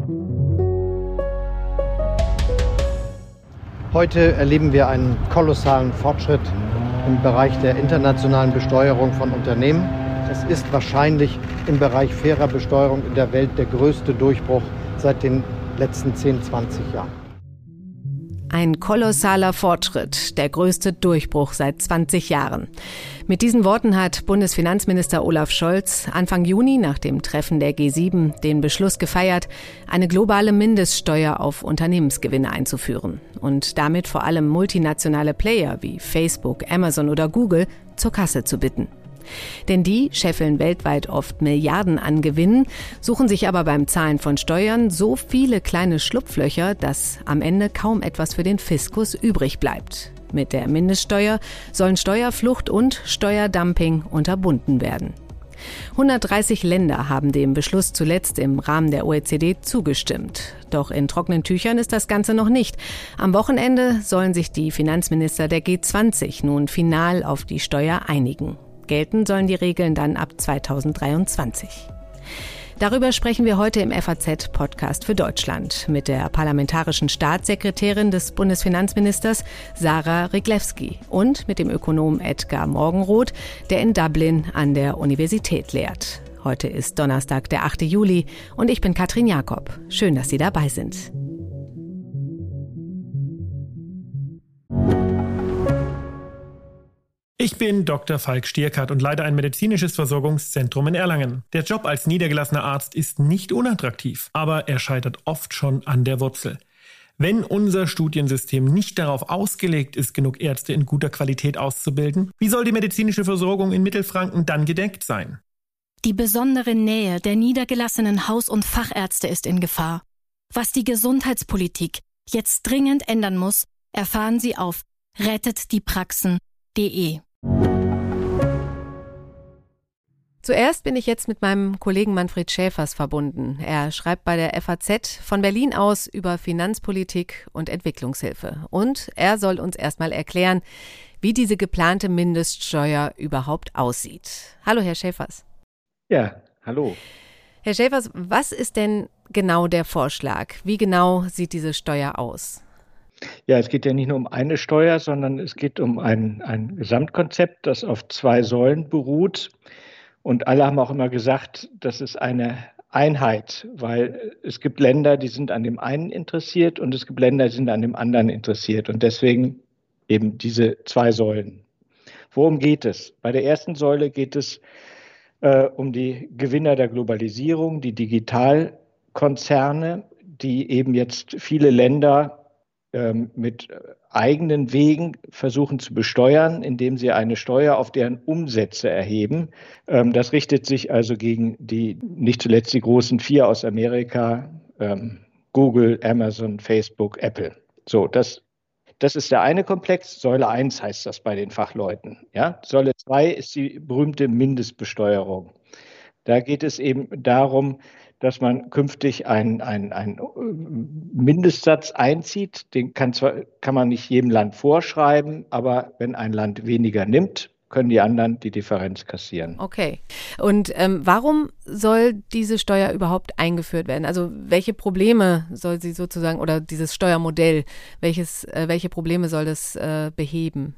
Heute erleben wir einen kolossalen Fortschritt im Bereich der internationalen Besteuerung von Unternehmen. Es ist wahrscheinlich im Bereich fairer Besteuerung in der Welt der größte Durchbruch seit den letzten 10, 20 Jahren. Ein kolossaler Fortschritt, der größte Durchbruch seit 20 Jahren. Mit diesen Worten hat Bundesfinanzminister Olaf Scholz Anfang Juni nach dem Treffen der G7 den Beschluss gefeiert, eine globale Mindeststeuer auf Unternehmensgewinne einzuführen und damit vor allem multinationale Player wie Facebook, Amazon oder Google zur Kasse zu bitten. Denn die scheffeln weltweit oft Milliarden an Gewinnen, suchen sich aber beim Zahlen von Steuern so viele kleine Schlupflöcher, dass am Ende kaum etwas für den Fiskus übrig bleibt. Mit der Mindeststeuer sollen Steuerflucht und Steuerdumping unterbunden werden. 130 Länder haben dem Beschluss zuletzt im Rahmen der OECD zugestimmt. Doch in trockenen Tüchern ist das Ganze noch nicht. Am Wochenende sollen sich die Finanzminister der G20 nun final auf die Steuer einigen. Gelten sollen die Regeln dann ab 2023. Darüber sprechen wir heute im FAZ-Podcast für Deutschland mit der parlamentarischen Staatssekretärin des Bundesfinanzministers Sarah Wriglewski und mit dem Ökonom Edgar Morgenroth, der in Dublin an der Universität lehrt. Heute ist Donnerstag, der 8. Juli und ich bin Katrin Jakob. Schön, dass Sie dabei sind. Ich bin Dr. Falk Stierkart und leite ein medizinisches Versorgungszentrum in Erlangen. Der Job als niedergelassener Arzt ist nicht unattraktiv, aber er scheitert oft schon an der Wurzel. Wenn unser Studiensystem nicht darauf ausgelegt ist, genug Ärzte in guter Qualität auszubilden, wie soll die medizinische Versorgung in Mittelfranken dann gedeckt sein? Die besondere Nähe der niedergelassenen Haus- und Fachärzte ist in Gefahr. Was die Gesundheitspolitik jetzt dringend ändern muss, erfahren Sie auf rettetdiepraxen.de. Zuerst bin ich jetzt mit meinem Kollegen Manfred Schäfers verbunden. Er schreibt bei der FAZ von Berlin aus über Finanzpolitik und Entwicklungshilfe. Und er soll uns erstmal erklären, wie diese geplante Mindeststeuer überhaupt aussieht. Hallo, Herr Schäfers. Ja, hallo. Herr Schäfers, was ist denn genau der Vorschlag? Wie genau sieht diese Steuer aus? Ja, es geht ja nicht nur um eine Steuer, sondern es geht um ein Gesamtkonzept, das auf 2 Säulen beruht. Und alle haben auch immer gesagt, das ist eine Einheit, weil es gibt Länder, die sind an dem einen interessiert und es gibt Länder, die sind an dem anderen interessiert. Und deswegen eben diese 2 Säulen. Worum geht es? Bei der ersten Säule geht es um die Gewinner der Globalisierung, die Digitalkonzerne, die eben jetzt viele Länder mit eigenen Wegen versuchen zu besteuern, indem sie eine Steuer auf deren Umsätze erheben. Das richtet sich also gegen die, nicht zuletzt die großen 4 aus Amerika, Google, Amazon, Facebook, Apple. So, das ist der eine Komplex. Säule 1 heißt das bei den Fachleuten. Ja? Säule 2 ist die berühmte Mindestbesteuerung. Da geht es eben darum, dass man künftig einen Mindestsatz einzieht. Den kann man nicht jedem Land vorschreiben, aber wenn ein Land weniger nimmt, können die anderen die Differenz kassieren. Okay. Und warum soll diese Steuer überhaupt eingeführt werden? Also welche Probleme soll sie sozusagen, oder dieses Steuermodell, welche Probleme soll das beheben?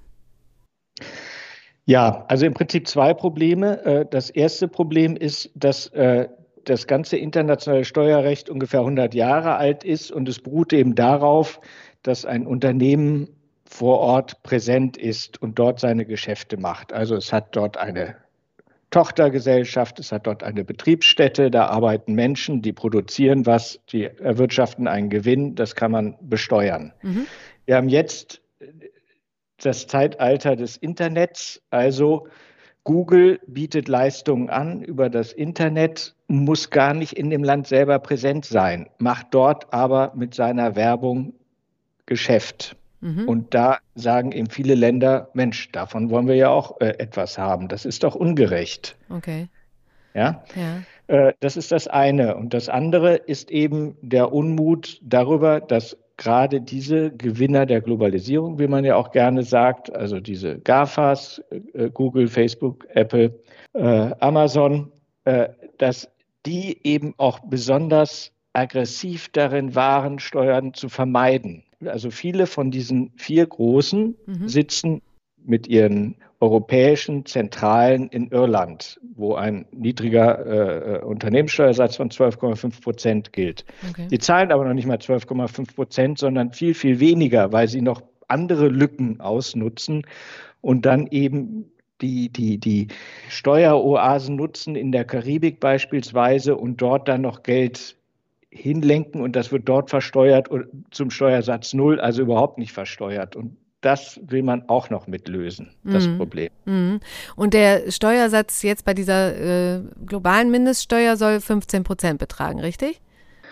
Ja, also im Prinzip 2 Probleme. Das erste Problem ist, dass das ganze internationale Steuerrecht ungefähr 100 Jahre alt ist und es beruht eben darauf, dass ein Unternehmen vor Ort präsent ist und dort seine Geschäfte macht. Also es hat dort eine Tochtergesellschaft, es hat dort eine Betriebsstätte, da arbeiten Menschen, die produzieren was, die erwirtschaften einen Gewinn, das kann man besteuern. Mhm. Wir haben jetzt das Zeitalter des Internets, also Google bietet Leistungen an über das Internet, muss gar nicht in dem Land selber präsent sein, macht dort aber mit seiner Werbung Geschäft. Mhm. Und da sagen eben viele Länder, Mensch, davon wollen wir ja auch etwas haben. Das ist doch ungerecht. Okay. Ja? Das ist das eine. Und das andere ist eben der Unmut darüber, dass gerade diese Gewinner der Globalisierung, wie man ja auch gerne sagt, also diese GAFAs, Google, Facebook, Apple, Amazon, dass die eben auch besonders aggressiv darin waren, Steuern zu vermeiden. Also viele von diesen 4 Großen sitzen mit ihren europäischen Zentralen in Irland, wo ein niedriger Unternehmenssteuersatz von 12,5% gilt. Okay. Die zahlen aber noch nicht mal 12,5%, sondern viel, viel weniger, weil sie noch andere Lücken ausnutzen und dann eben die Steueroasen nutzen in der Karibik beispielsweise und dort dann noch Geld hinlenken und das wird dort versteuert zum Steuersatz 0, also überhaupt nicht versteuert. Und das will man auch noch mitlösen, das Problem. Und der Steuersatz jetzt bei dieser globalen Mindeststeuer soll 15% betragen, richtig?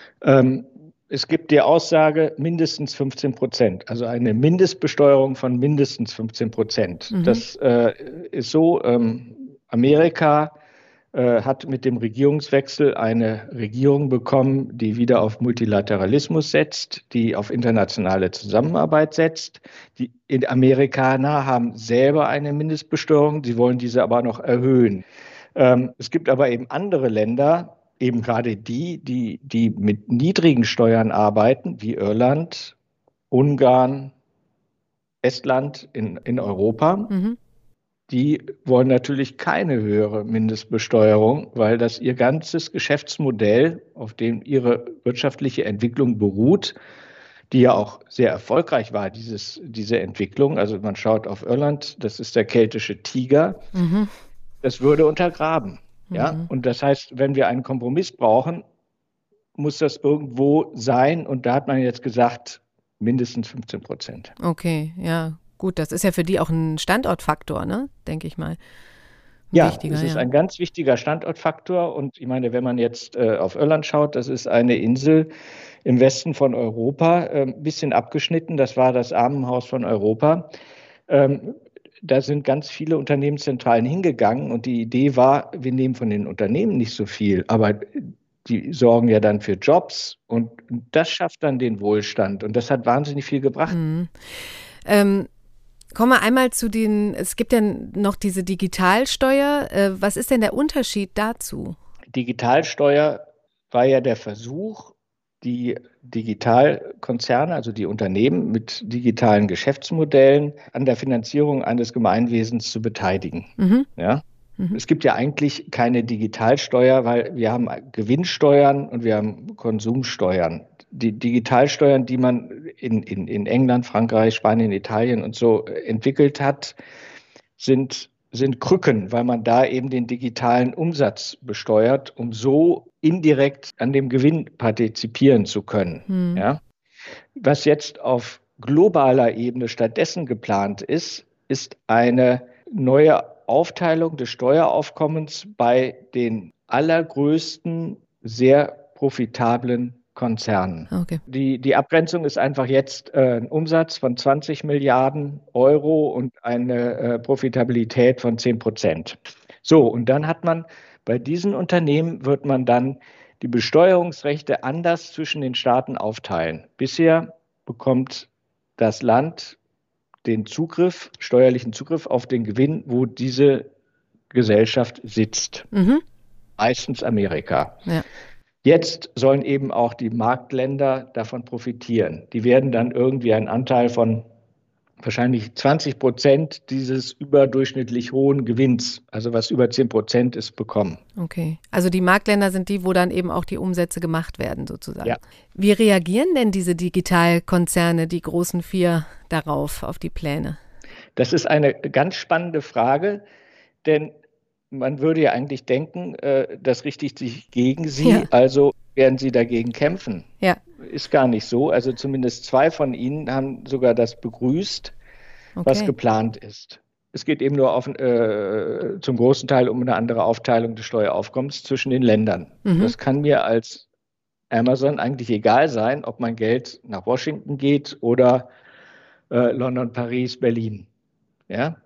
Es gibt die Aussage mindestens 15%, also eine Mindestbesteuerung von mindestens 15%. Das ist so, Amerika hat mit dem Regierungswechsel eine Regierung bekommen, die wieder auf Multilateralismus setzt, die auf internationale Zusammenarbeit setzt. Die Amerikaner haben selber eine Mindestbesteuerung, sie wollen diese aber noch erhöhen. Es gibt aber eben andere Länder, eben gerade die mit niedrigen Steuern arbeiten, wie Irland, Ungarn, Estland in Europa. Die wollen natürlich keine höhere Mindestbesteuerung, weil das ihr ganzes Geschäftsmodell, auf dem ihre wirtschaftliche Entwicklung beruht, die ja auch sehr erfolgreich war, diese Entwicklung. Also man schaut auf Irland, das ist der keltische Tiger. Das würde untergraben. Ja? Und das heißt, wenn wir einen Kompromiss brauchen, muss das irgendwo sein. Und da hat man jetzt gesagt, mindestens 15%. Okay, ja. Gut, das ist ja für die auch ein Standortfaktor, ne? Denke ich mal. Ja, es ist ein ganz wichtiger Standortfaktor. Und ich meine, wenn man jetzt auf Irland schaut, das ist eine Insel im Westen von Europa, ein bisschen abgeschnitten. Das war das Armenhaus von Europa. Da sind ganz viele Unternehmenszentralen hingegangen. Und die Idee war, wir nehmen von den Unternehmen nicht so viel, aber die sorgen ja dann für Jobs. Und das schafft dann den Wohlstand. Und das hat wahnsinnig viel gebracht. Kommen wir einmal es gibt ja noch diese Digitalsteuer. Was ist denn der Unterschied dazu? Digitalsteuer war ja der Versuch, die Digitalkonzerne, also die Unternehmen mit digitalen Geschäftsmodellen an der Finanzierung eines Gemeinwesens zu beteiligen. Ja? Es gibt ja eigentlich keine Digitalsteuer, weil wir haben Gewinnsteuern und wir haben Konsumsteuern. Die Digitalsteuern, die man in England, Frankreich, Spanien, Italien und so entwickelt hat, sind Krücken, weil man da eben den digitalen Umsatz besteuert, um so indirekt an dem Gewinn partizipieren zu können. Ja? Was jetzt auf globaler Ebene stattdessen geplant ist eine neue Aufteilung des Steueraufkommens bei den allergrößten, sehr profitablen Konzernen. Okay. Die Abgrenzung ist einfach jetzt ein Umsatz von 20 Milliarden Euro und eine Profitabilität von 10%. So, und dann hat man bei diesen Unternehmen wird man dann die Besteuerungsrechte anders zwischen den Staaten aufteilen. Bisher bekommt das Land den steuerlichen Zugriff auf den Gewinn, wo diese Gesellschaft sitzt. Meistens Amerika. Ja. Jetzt sollen eben auch die Marktländer davon profitieren. Die werden dann irgendwie einen Anteil von wahrscheinlich 20% dieses überdurchschnittlich hohen Gewinns, also was über 10% ist, bekommen. Okay, also die Marktländer sind die, wo dann eben auch die Umsätze gemacht werden sozusagen. Ja. Wie reagieren denn diese Digitalkonzerne, die großen 4, darauf, auf die Pläne? Das ist eine ganz spannende Frage, denn man würde ja eigentlich denken, das richtet sich gegen sie, also werden sie dagegen kämpfen. Ja. Ist gar nicht so. Also zumindest 2 von ihnen haben sogar das begrüßt, was geplant ist. Es geht eben nur zum großen Teil um eine andere Aufteilung des Steueraufkommens zwischen den Ländern. Das kann mir als Amazon eigentlich egal sein, ob mein Geld nach Washington geht oder London, Paris, Berlin. Ja?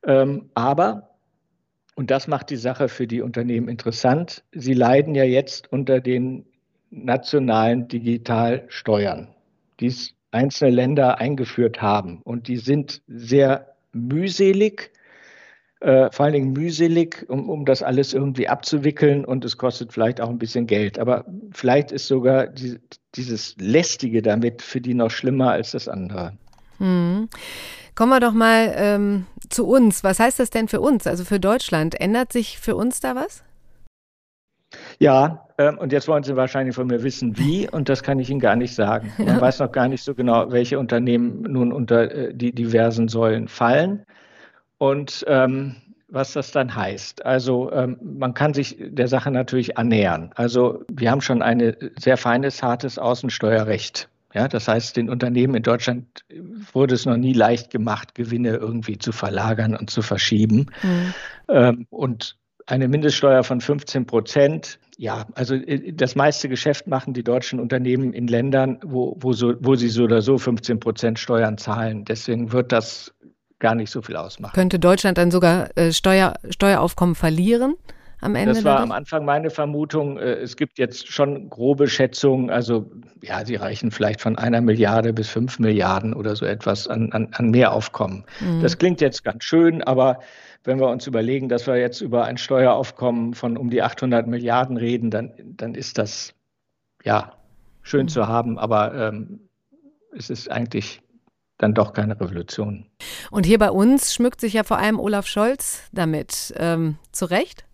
Aber und das macht die Sache für die Unternehmen interessant. Sie leiden ja jetzt unter den nationalen Digitalsteuern, die es einzelne Länder eingeführt haben. Und die sind sehr mühselig, vor allen Dingen mühselig, um das alles irgendwie abzuwickeln, und es kostet vielleicht auch ein bisschen Geld. Aber vielleicht ist sogar dieses Lästige damit für die noch schlimmer als das andere. Kommen wir doch mal zu uns. Was heißt das denn für uns, also für Deutschland? Ändert sich für uns da was? Ja, und jetzt wollen Sie wahrscheinlich von mir wissen, wie, und das kann ich Ihnen gar nicht sagen. Man weiß noch gar nicht so genau, welche Unternehmen nun unter die diversen Säulen fallen und was das dann heißt. Also man kann sich der Sache natürlich annähern. Also wir haben schon ein sehr feines, hartes Außensteuerrecht. Ja, das heißt, den Unternehmen in Deutschland wurde es noch nie leicht gemacht, Gewinne irgendwie zu verlagern und zu verschieben. Und eine Mindeststeuer von 15%, ja, also das meiste Geschäft machen die deutschen Unternehmen in Ländern, wo sie so oder so 15% Steuern zahlen. Deswegen wird das gar nicht so viel ausmachen. Könnte Deutschland dann sogar Steueraufkommen verlieren am Ende? Das war am Anfang meine Vermutung. Es gibt jetzt schon grobe Schätzungen, also ja, sie reichen vielleicht von 1 Milliarde bis 5 Milliarden oder so etwas an Mehraufkommen. Das klingt jetzt ganz schön, aber wenn wir uns überlegen, dass wir jetzt über ein Steueraufkommen von um die 800 Milliarden reden, dann ist das ja schön zu haben, aber es ist eigentlich dann doch keine Revolution. Und hier bei uns schmückt sich ja vor allem Olaf Scholz damit. Zu Recht?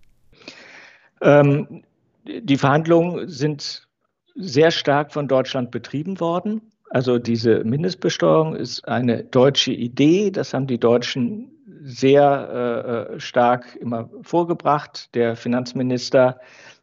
Die Verhandlungen sind sehr stark von Deutschland betrieben worden. Also diese Mindestbesteuerung ist eine deutsche Idee. Das haben die Deutschen sehr stark immer vorgebracht. Der Finanzminister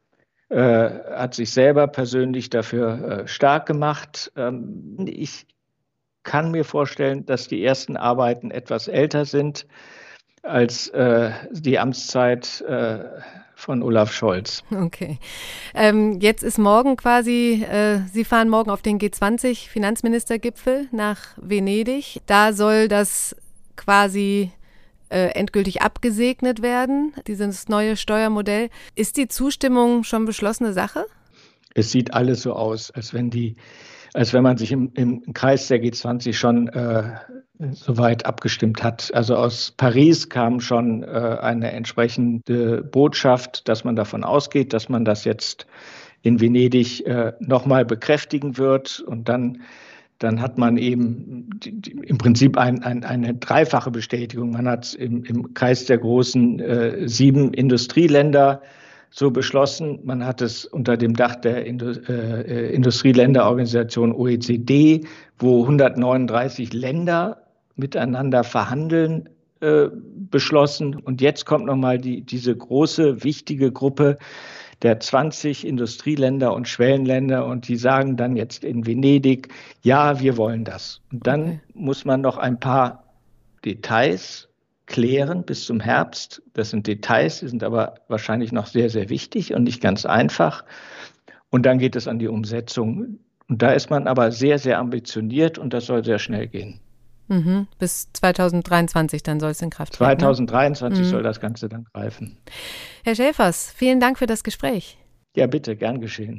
hat sich selber persönlich dafür stark gemacht. Ich kann mir vorstellen, dass die ersten Arbeiten etwas älter sind als die Amtszeit von Olaf Scholz. Okay. Jetzt ist morgen quasi, Sie fahren morgen auf den G20-Finanzministergipfel nach Venedig. Da soll das quasi endgültig abgesegnet werden, dieses neue Steuermodell. Ist die Zustimmung schon beschlossene Sache? Es sieht alles so aus, als wenn man sich im Kreis der G20 schon soweit abgestimmt hat. Also aus Paris kam schon eine entsprechende Botschaft, dass man davon ausgeht, dass man das jetzt in Venedig nochmal bekräftigen wird. Und dann hat man eben im Prinzip eine dreifache Bestätigung. Man hat im Kreis der großen 7 Industrieländer so beschlossen. Man hat es unter dem Dach der Industrieländerorganisation OECD, wo 139 Länder miteinander verhandeln, beschlossen. Und jetzt kommt nochmal diese große, wichtige Gruppe der 20 Industrieländer und Schwellenländer, und die sagen dann jetzt in Venedig, ja, wir wollen das. Und dann muss man noch ein paar Details klären bis zum Herbst. Das sind Details, die sind aber wahrscheinlich noch sehr, sehr wichtig und nicht ganz einfach. Und dann geht es an die Umsetzung. Und da ist man aber sehr, sehr ambitioniert, und das soll sehr schnell gehen. Bis 2023 dann soll es in Kraft treten. 2023 soll das Ganze dann greifen. Herr Schäfers, vielen Dank für das Gespräch. Ja, bitte, gern geschehen.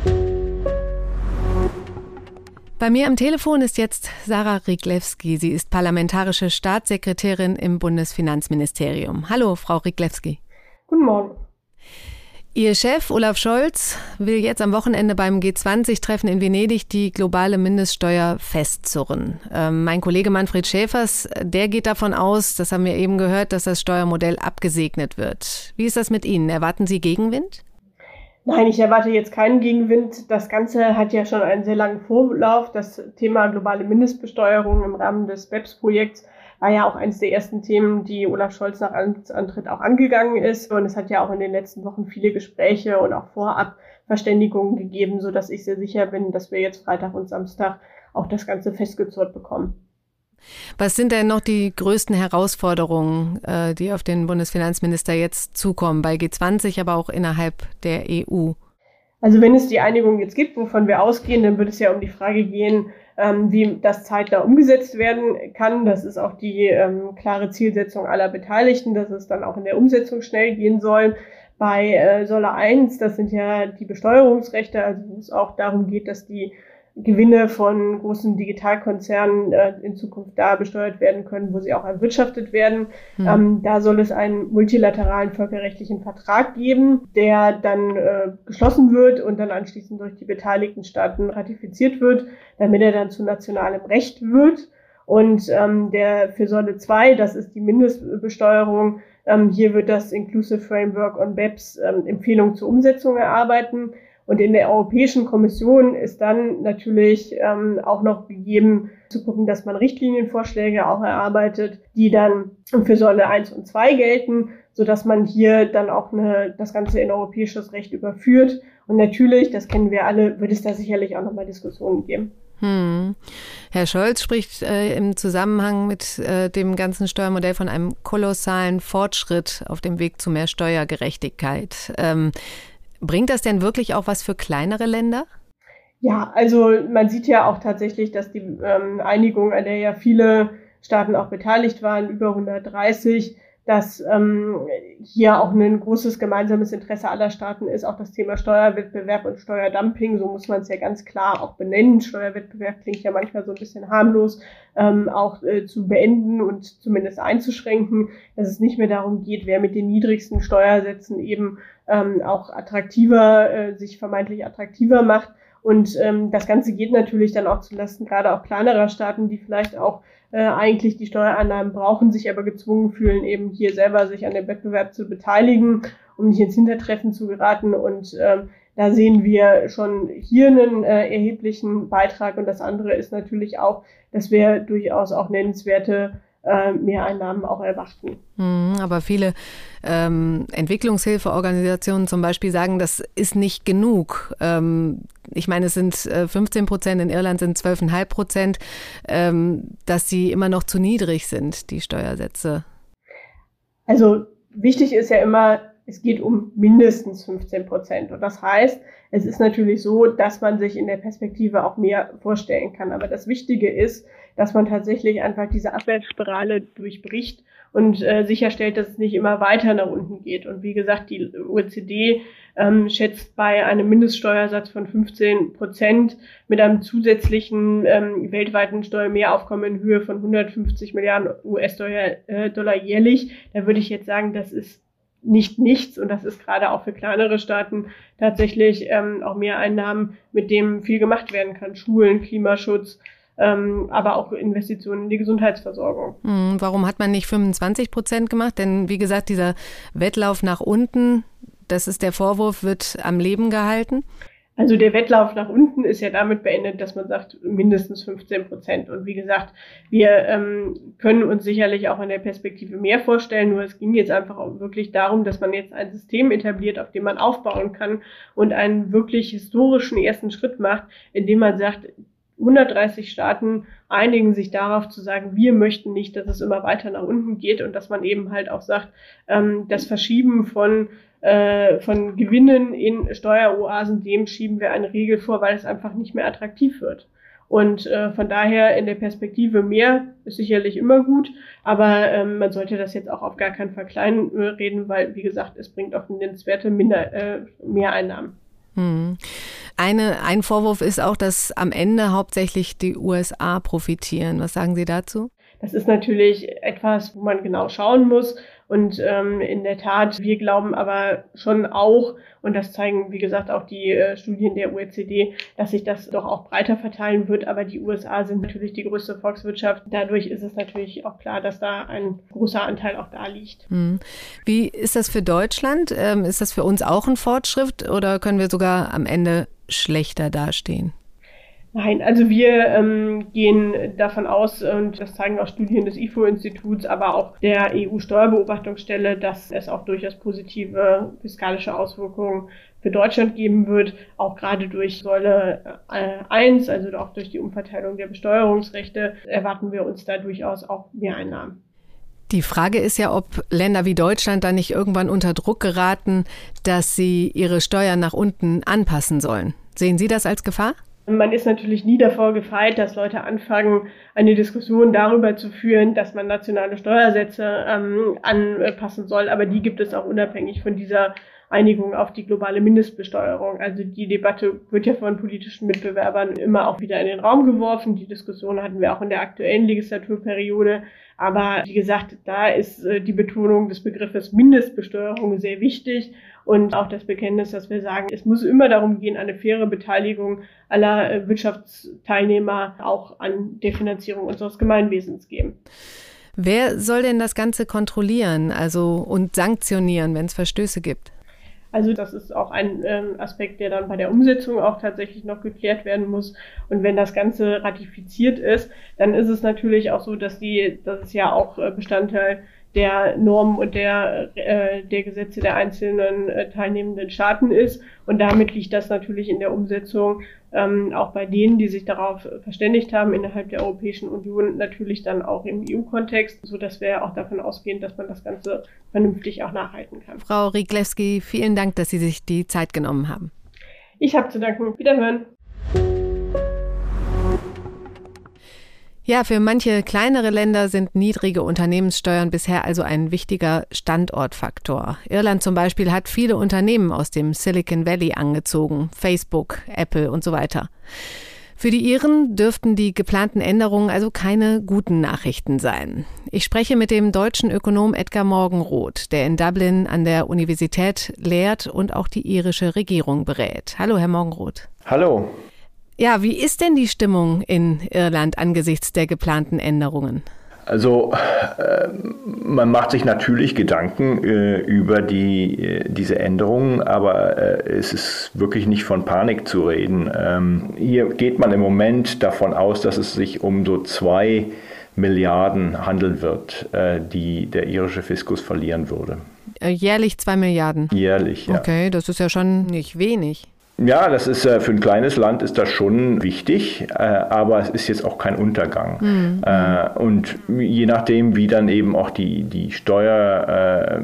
Bei mir am Telefon ist jetzt Sarah Wriglewski. Sie ist parlamentarische Staatssekretärin im Bundesfinanzministerium. Hallo, Frau Wriglewski. Guten Morgen. Ihr Chef Olaf Scholz will jetzt am Wochenende beim G20-Treffen in Venedig die globale Mindeststeuer festzurren. Mein Kollege Manfred Schäfers, der geht davon aus, das haben wir eben gehört, dass das Steuermodell abgesegnet wird. Wie ist das mit Ihnen? Erwarten Sie Gegenwind? Nein, ich erwarte jetzt keinen Gegenwind. Das Ganze hat ja schon einen sehr langen Vorlauf. Das Thema globale Mindestbesteuerung im Rahmen des BEPS-Projekts war ja auch eines der ersten Themen, die Olaf Scholz nach Amtsantritt auch angegangen ist. Und es hat ja auch in den letzten Wochen viele Gespräche und auch vorab Verständigungen gegeben, sodass ich sehr sicher bin, dass wir jetzt Freitag und Samstag auch das Ganze festgezurrt bekommen. Was sind denn noch die größten Herausforderungen, die auf den Bundesfinanzminister jetzt zukommen, bei G20, aber auch innerhalb der EU? Also wenn es die Einigung jetzt gibt, wovon wir ausgehen, dann wird es ja um die Frage gehen, wie das zeitnah umgesetzt werden kann. Das ist auch die klare Zielsetzung aller Beteiligten, dass es dann auch in der Umsetzung schnell gehen soll. Bei Säule 1, das sind ja die Besteuerungsrechte, also wo es auch darum geht, dass die Gewinne von großen Digitalkonzernen in Zukunft da besteuert werden können, wo sie auch erwirtschaftet werden. Da soll es einen multilateralen völkerrechtlichen Vertrag geben, der dann geschlossen wird und dann anschließend durch die beteiligten Staaten ratifiziert wird, damit er dann zu nationalem Recht wird. Und der für Säule 2, das ist die Mindestbesteuerung, hier wird das Inclusive Framework on BEPS Empfehlung zur Umsetzung erarbeiten. Und in der Europäischen Kommission ist dann natürlich auch noch gegeben, zu gucken, dass man Richtlinienvorschläge auch erarbeitet, die dann für Säule 1 und 2 gelten, sodass man hier dann auch das Ganze in europäisches Recht überführt. Und natürlich, das kennen wir alle, wird es da sicherlich auch nochmal Diskussionen geben. Herr Scholz spricht im Zusammenhang mit dem ganzen Steuermodell von einem kolossalen Fortschritt auf dem Weg zu mehr Steuergerechtigkeit. Bringt das denn wirklich auch was für kleinere Länder? Ja, also man sieht ja auch tatsächlich, dass die Einigung, an der ja viele Staaten auch beteiligt waren, über 130, dass hier auch ein großes gemeinsames Interesse aller Staaten ist, auch das Thema Steuerwettbewerb und Steuerdumping, so muss man es ja ganz klar auch benennen. Steuerwettbewerb klingt ja manchmal so ein bisschen harmlos, auch zu beenden und zumindest einzuschränken, dass es nicht mehr darum geht, wer mit den niedrigsten Steuersätzen eben auch attraktiver, sich vermeintlich attraktiver macht. Und das Ganze geht natürlich dann auch zulasten gerade auch kleinerer Staaten, die vielleicht auch eigentlich die Steuereinnahmen brauchen, sich aber gezwungen fühlen, eben hier selber sich an dem Wettbewerb zu beteiligen, um nicht ins Hintertreffen zu geraten. Und da sehen wir schon hier einen erheblichen Beitrag. Und das andere ist natürlich auch, dass wir durchaus auch nennenswerte Mehreinnahmen auch erwarten. Aber viele Entwicklungshilfeorganisationen zum Beispiel sagen, das ist nicht genug. Ich meine, es sind 15%, in Irland sind 12,5%, dass sie immer noch zu niedrig sind, die Steuersätze. Also wichtig ist ja immer, es geht um mindestens 15%. Und das heißt, es ist natürlich so, dass man sich in der Perspektive auch mehr vorstellen kann. Aber das Wichtige ist, dass man tatsächlich einfach diese Abwärtsspirale durchbricht und sicherstellt, dass es nicht immer weiter nach unten geht. Und wie gesagt, die OECD schätzt bei einem Mindeststeuersatz von 15% mit einem zusätzlichen weltweiten Steuermehraufkommen in Höhe von 150 Milliarden US-Dollar jährlich. Da würde ich jetzt sagen, das ist nicht nichts und das ist gerade auch für kleinere Staaten tatsächlich auch Mehreinnahmen, mit dem viel gemacht werden kann. Schulen, Klimaschutz, aber auch Investitionen in die Gesundheitsversorgung. Warum hat man nicht 25% gemacht? Denn wie gesagt, dieser Wettlauf nach unten, das ist der Vorwurf, wird am Leben gehalten. Also der Wettlauf nach unten ist ja damit beendet, dass man sagt, mindestens 15%. Und wie gesagt, wir können uns sicherlich auch in der Perspektive mehr vorstellen, nur es ging jetzt einfach auch wirklich darum, dass man jetzt ein System etabliert, auf dem man aufbauen kann und einen wirklich historischen ersten Schritt macht, indem man sagt, 130 Staaten einigen sich darauf zu sagen, wir möchten nicht, dass es immer weiter nach unten geht und dass man eben halt auch sagt, das Verschieben von Gewinnen in Steueroasen, dem schieben wir eine Regel vor, weil es einfach nicht mehr attraktiv wird. Und von daher in der Perspektive mehr ist sicherlich immer gut, aber man sollte das jetzt auch auf gar keinen Fall kleinreden, weil, wie gesagt, es bringt auch nennenswerte Mehreinnahmen. Ein Vorwurf ist auch, dass am Ende hauptsächlich die USA profitieren. Was sagen Sie dazu? Das ist natürlich etwas, wo man genau schauen muss. Und in der Tat, wir glauben aber schon auch, und das zeigen, wie gesagt, auch die Studien der OECD, dass sich das doch auch breiter verteilen wird. Aber die USA sind natürlich die größte Volkswirtschaft. Dadurch ist es natürlich auch klar, dass da ein großer Anteil auch da liegt. Wie ist das für Deutschland? Ist das für uns auch ein Fortschritt oder können wir sogar am Ende schlechter dastehen? Nein, also wir gehen davon aus, und das zeigen auch Studien des IFO-Instituts, aber auch der EU-Steuerbeobachtungsstelle, dass es auch durchaus positive fiskalische Auswirkungen für Deutschland geben wird, auch gerade durch Säule 1, also auch durch die Umverteilung der Besteuerungsrechte, erwarten wir uns da durchaus auch Mehreinnahmen. Die Frage ist ja, ob Länder wie Deutschland da nicht irgendwann unter Druck geraten, dass sie ihre Steuern nach unten anpassen sollen. Sehen Sie das als Gefahr? Man ist natürlich nie davor gefeit, dass Leute anfangen, eine Diskussion darüber zu führen, dass man nationale Steuersätze anpassen soll. Aber die gibt es auch unabhängig von dieser Einigung auf die globale Mindestbesteuerung. Also die Debatte wird ja von politischen Mitbewerbern immer auch wieder in den Raum geworfen. Die Diskussion hatten wir auch in der aktuellen Legislaturperiode. Aber wie gesagt, da ist die Betonung des Begriffes Mindestbesteuerung sehr wichtig und auch das Bekenntnis, dass wir sagen, es muss immer darum gehen, eine faire Beteiligung aller Wirtschaftsteilnehmer auch an der Finanzierung unseres Gemeinwesens geben. Wer soll denn das Ganze kontrollieren, und sanktionieren, wenn es Verstöße gibt? Also das ist auch ein Aspekt, der dann bei der Umsetzung auch tatsächlich noch geklärt werden muss. Und wenn das Ganze ratifiziert ist, dann ist es natürlich auch so, dass es ja auch Bestandteil der Normen und der Gesetze der einzelnen teilnehmenden Staaten ist. Und damit liegt das natürlich in der Umsetzung auch bei denen, die sich darauf verständigt haben, innerhalb der Europäischen Union, natürlich dann auch im EU-Kontext, sodass wir auch davon ausgehen, dass man das Ganze vernünftig auch nachhalten kann. Frau Wriglewski, vielen Dank, dass Sie sich die Zeit genommen haben. Ich habe zu danken. Wiederhören. Ja, für manche kleinere Länder sind niedrige Unternehmenssteuern bisher also ein wichtiger Standortfaktor. Irland zum Beispiel hat viele Unternehmen aus dem Silicon Valley angezogen, Facebook, Apple und so weiter. Für die Iren dürften die geplanten Änderungen also keine guten Nachrichten sein. Ich spreche mit dem deutschen Ökonom Edgar Morgenroth, der in Dublin an der Universität lehrt und auch die irische Regierung berät. Hallo, Herr Morgenroth. Hallo. Ja, wie ist denn die Stimmung in Irland angesichts der geplanten Änderungen? Also man macht sich natürlich Gedanken über diese Änderungen, aber es ist wirklich nicht von Panik zu reden. Hier geht man im Moment davon aus, dass es sich um so 2 Milliarden handeln wird, die der irische Fiskus verlieren würde. Jährlich 2 Milliarden? Jährlich, ja. Okay, das ist ja schon nicht wenig. Ja, das ist für ein kleines Land ist das schon wichtig, aber es ist jetzt auch kein Untergang. Und je nachdem, wie dann eben auch die Steuer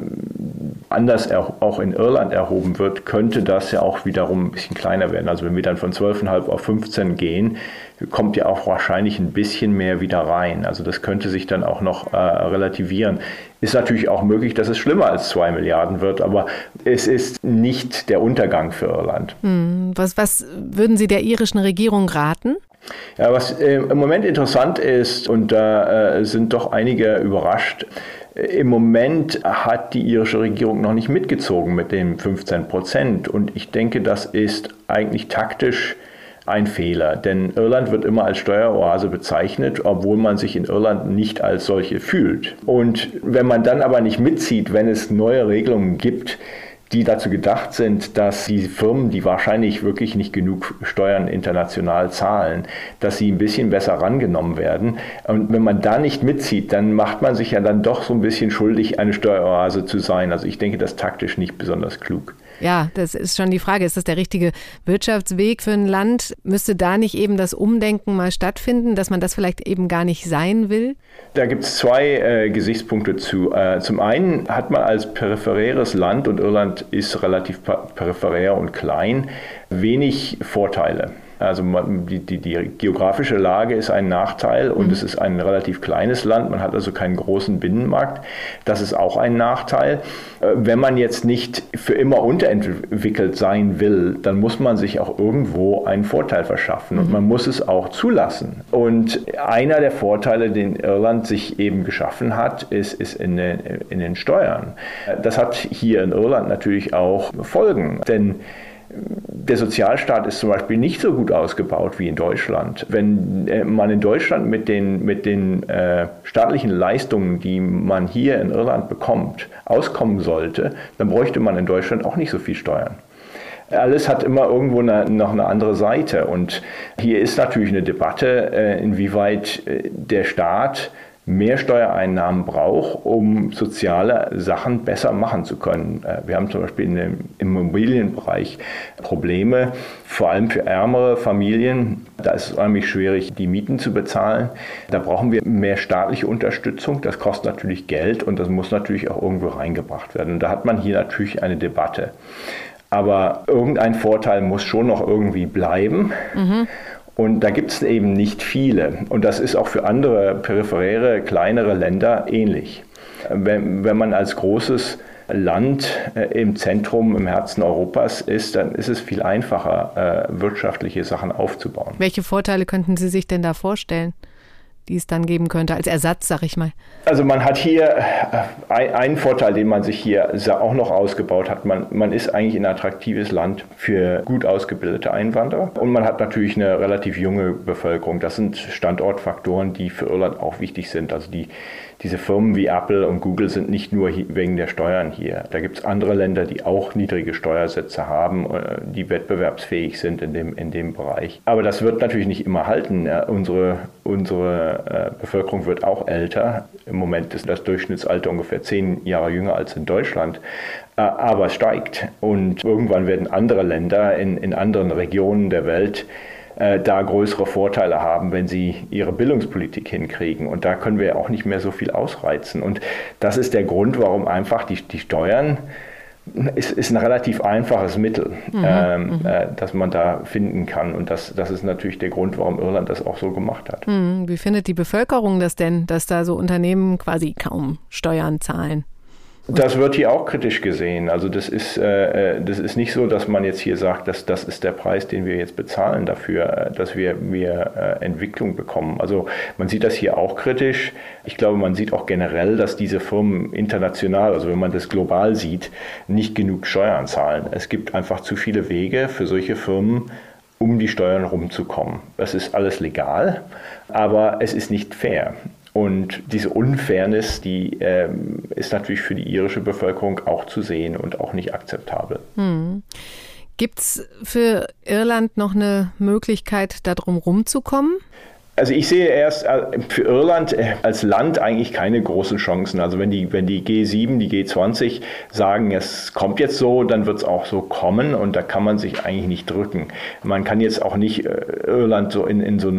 anders auch in Irland erhoben wird, könnte das ja auch wiederum ein bisschen kleiner werden. Also wenn wir dann von 12,5 auf 15 gehen, kommt ja auch wahrscheinlich ein bisschen mehr wieder rein. Also das könnte sich dann auch noch relativieren. Ist natürlich auch möglich, dass es schlimmer als 2 Milliarden wird, aber es ist nicht der Untergang für Irland. Was würden Sie der irischen Regierung raten? Ja, was im Moment interessant ist, und da sind doch einige überrascht, im Moment hat die irische Regierung noch nicht mitgezogen mit den 15%. Und ich denke, das ist eigentlich taktisch ein Fehler, denn Irland wird immer als Steueroase bezeichnet, obwohl man sich in Irland nicht als solche fühlt. Und wenn man dann aber nicht mitzieht, wenn es neue Regelungen gibt, die dazu gedacht sind, dass die Firmen, die wahrscheinlich wirklich nicht genug Steuern international zahlen, dass sie ein bisschen besser rangenommen werden. Und wenn man da nicht mitzieht, dann macht man sich ja dann doch so ein bisschen schuldig, eine Steueroase zu sein. Also ich denke, das ist taktisch nicht besonders klug. Ja, das ist schon die Frage. Ist das der richtige Wirtschaftsweg für ein Land? Müsste da nicht eben das Umdenken mal stattfinden, dass man das vielleicht eben gar nicht sein will? Da gibt es 2 Gesichtspunkte zu. Zum einen hat man als peripheräres Land, und Irland ist relativ peripherär und klein, wenig Vorteile. Also die geografische Lage ist ein Nachteil und es ist ein relativ kleines Land. Man hat also keinen großen Binnenmarkt. Das ist auch ein Nachteil. Wenn man jetzt nicht für immer unterentwickelt sein will, dann muss man sich auch irgendwo einen Vorteil verschaffen und man muss es auch zulassen. Und einer der Vorteile, den Irland sich eben geschaffen hat, ist in den Steuern. Das hat hier in Irland natürlich auch Folgen, denn der Sozialstaat ist zum Beispiel nicht so gut ausgebaut wie in Deutschland. Wenn man in Deutschland mit den staatlichen Leistungen, die man hier in Irland bekommt, auskommen sollte, dann bräuchte man in Deutschland auch nicht so viel Steuern. Alles hat immer irgendwo noch eine andere Seite. Und hier ist natürlich eine Debatte, inwieweit der Staat mehr Steuereinnahmen braucht, um soziale Sachen besser machen zu können. Wir haben zum Beispiel im Immobilienbereich Probleme, vor allem für ärmere Familien. Da ist es unheimlich schwierig, die Mieten zu bezahlen. Da brauchen wir mehr staatliche Unterstützung. Das kostet natürlich Geld und das muss natürlich auch irgendwo reingebracht werden. Und da hat man hier natürlich eine Debatte. Aber irgendein Vorteil muss schon noch irgendwie bleiben. Und da gibt es eben nicht viele. Und das ist auch für andere peripheräre, kleinere Länder ähnlich. Wenn man als großes Land im Zentrum, im Herzen Europas ist, dann ist es viel einfacher, wirtschaftliche Sachen aufzubauen. Welche Vorteile könnten Sie sich denn da vorstellen, die es dann geben könnte, als Ersatz, sag ich mal? Also man hat hier einen Vorteil, den man sich hier auch noch ausgebaut hat. Man ist eigentlich ein attraktives Land für gut ausgebildete Einwanderer. Und man hat natürlich eine relativ junge Bevölkerung. Das sind Standortfaktoren, die für Irland auch wichtig sind. Also diese Firmen wie Apple und Google sind nicht nur wegen der Steuern hier. Da gibt es andere Länder, die auch niedrige Steuersätze haben, die wettbewerbsfähig sind in dem Bereich. Aber das wird natürlich nicht immer halten. Unsere Bevölkerung wird auch älter. Im Moment ist das Durchschnittsalter ungefähr 10 Jahre jünger als in Deutschland. Aber es steigt. Und irgendwann werden andere Länder in anderen Regionen der Welt da größere Vorteile haben, wenn sie ihre Bildungspolitik hinkriegen. Und da können wir auch nicht mehr so viel ausreizen. Und das ist der Grund, warum einfach die Steuern ist ein relativ einfaches Mittel, das man da finden kann. Und das ist natürlich der Grund, warum Irland das auch so gemacht hat. Wie findet die Bevölkerung das denn, dass da so Unternehmen quasi kaum Steuern zahlen? Das wird hier auch kritisch gesehen. Also das ist nicht so, dass man jetzt hier sagt, dass das ist der Preis, den wir jetzt bezahlen dafür, dass wir Entwicklung bekommen. Also man sieht das hier auch kritisch. Ich glaube, man sieht auch generell, dass diese Firmen international, also wenn man das global sieht, nicht genug Steuern zahlen. Es gibt einfach zu viele Wege für solche Firmen, um die Steuern rumzukommen. Das ist alles legal, aber es ist nicht fair. Und diese Unfairness, die ist natürlich für die irische Bevölkerung auch zu sehen und auch nicht akzeptabel. Gibt es für Irland noch eine Möglichkeit, da drum rumzukommen? Also ich sehe erst für Irland als Land eigentlich keine großen Chancen. Also wenn die G7, die G20 sagen, es kommt jetzt so, dann wird es auch so kommen und da kann man sich eigentlich nicht drücken. Man kann jetzt auch nicht Irland so in so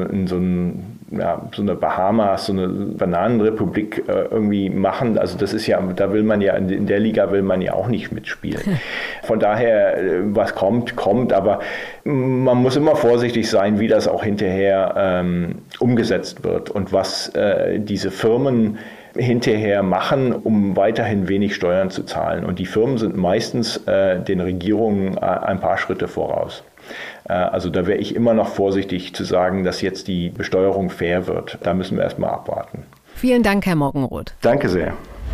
eine Bahamas, so eine Bananenrepublik irgendwie machen. Also das ist ja, da will man ja, in der Liga will man ja auch nicht mitspielen. Von daher, was kommt, aber man muss immer vorsichtig sein, wie das auch hinterher umgesetzt wird und was diese Firmen hinterher machen, um weiterhin wenig Steuern zu zahlen. Und die Firmen sind meistens den Regierungen ein paar Schritte voraus. Also da wäre ich immer noch vorsichtig zu sagen, dass jetzt die Besteuerung fair wird. Da müssen wir erstmal abwarten. Vielen Dank, Herr Morgenroth. Danke sehr.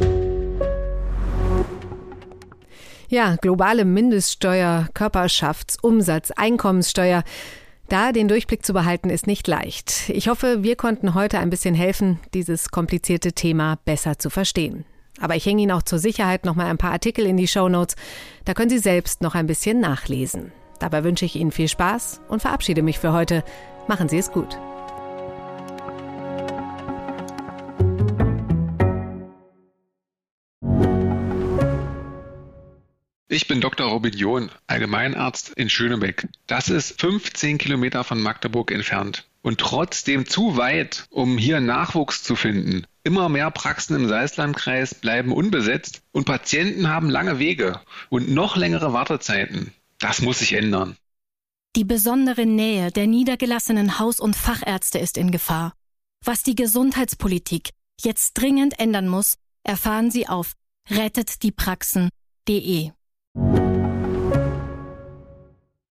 Ja, globale Mindeststeuer, Körperschafts-, Umsatz-, Einkommenssteuer. Da den Durchblick zu behalten, ist nicht leicht. Ich hoffe, wir konnten heute ein bisschen helfen, dieses komplizierte Thema besser zu verstehen. Aber ich hänge Ihnen auch zur Sicherheit noch mal ein paar Artikel in die Shownotes. Da können Sie selbst noch ein bisschen nachlesen. Dabei wünsche ich Ihnen viel Spaß und verabschiede mich für heute. Machen Sie es gut. Ich bin Dr. Robin John, Allgemeinarzt in Schönebeck. Das ist 15 Kilometer von Magdeburg entfernt. Und trotzdem zu weit, um hier Nachwuchs zu finden. Immer mehr Praxen im Salzlandkreis bleiben unbesetzt und Patienten haben lange Wege und noch längere Wartezeiten. Das muss sich ändern. Die besondere Nähe der niedergelassenen Haus- und Fachärzte ist in Gefahr. Was die Gesundheitspolitik jetzt dringend ändern muss, erfahren Sie auf rettetdiepraxen.de.